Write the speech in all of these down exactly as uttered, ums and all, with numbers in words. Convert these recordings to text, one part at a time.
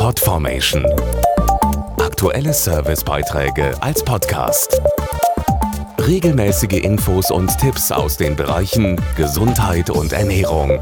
Podformation. Aktuelle Servicebeiträge als Podcast. Regelmäßige Infos und Tipps aus den Bereichen Gesundheit und Ernährung.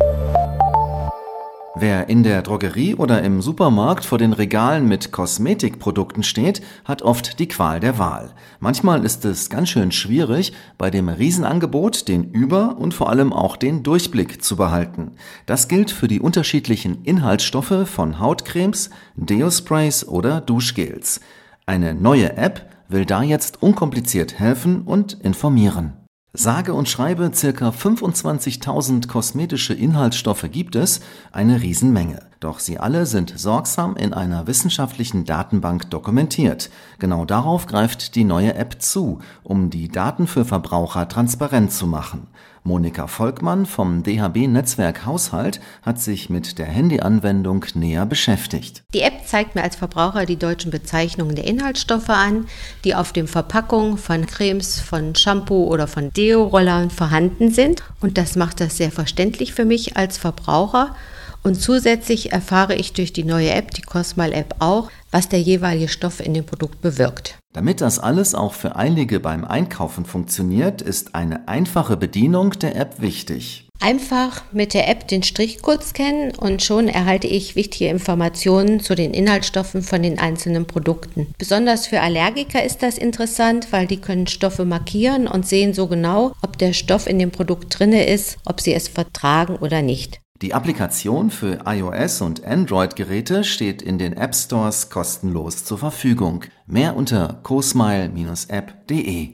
Wer in der Drogerie oder im Supermarkt vor den Regalen mit Kosmetikprodukten steht, hat oft die Qual der Wahl. Manchmal ist es ganz schön schwierig, bei dem Riesenangebot den Über- und vor allem auch den Durchblick zu behalten. Das gilt für die unterschiedlichen Inhaltsstoffe von Hautcremes, Deo-Sprays oder Duschgels. Eine neue App will da jetzt unkompliziert helfen und informieren. Sage und schreibe ca. fünfundzwanzigtausend kosmetische Inhaltsstoffe gibt es, eine Riesenmenge. Doch sie alle sind sorgsam in einer wissenschaftlichen Datenbank dokumentiert. Genau darauf greift die neue App zu, um die Daten für Verbraucher transparent zu machen. Monika Volkmann vom D H B-Netzwerk Haushalt hat sich mit der Handyanwendung näher beschäftigt. Die App zeigt mir als Verbraucher die deutschen Bezeichnungen der Inhaltsstoffe an, die auf den Verpackungen von Cremes, von Shampoo oder von Deo-Rollern vorhanden sind. Und das macht das sehr verständlich für mich als Verbraucher. Und zusätzlich erfahre ich durch die neue App, die Cosmal-App auch, was der jeweilige Stoff in dem Produkt bewirkt. Damit das alles auch für einige beim Einkaufen funktioniert, ist eine einfache Bedienung der App wichtig. Einfach mit der App den Strichcode scannen und schon erhalte ich wichtige Informationen zu den Inhaltsstoffen von den einzelnen Produkten. Besonders für Allergiker ist das interessant, weil die können Stoffe markieren und sehen so genau, ob der Stoff in dem Produkt drin ist, ob sie es vertragen oder nicht. Die Applikation für iOS- und Android-Geräte steht in den App Stores kostenlos zur Verfügung. Mehr unter cosmile Bindestrich app punkt de.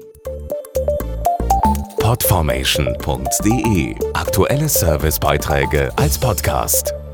Podformation punkt de. Aktuelle Servicebeiträge als Podcast.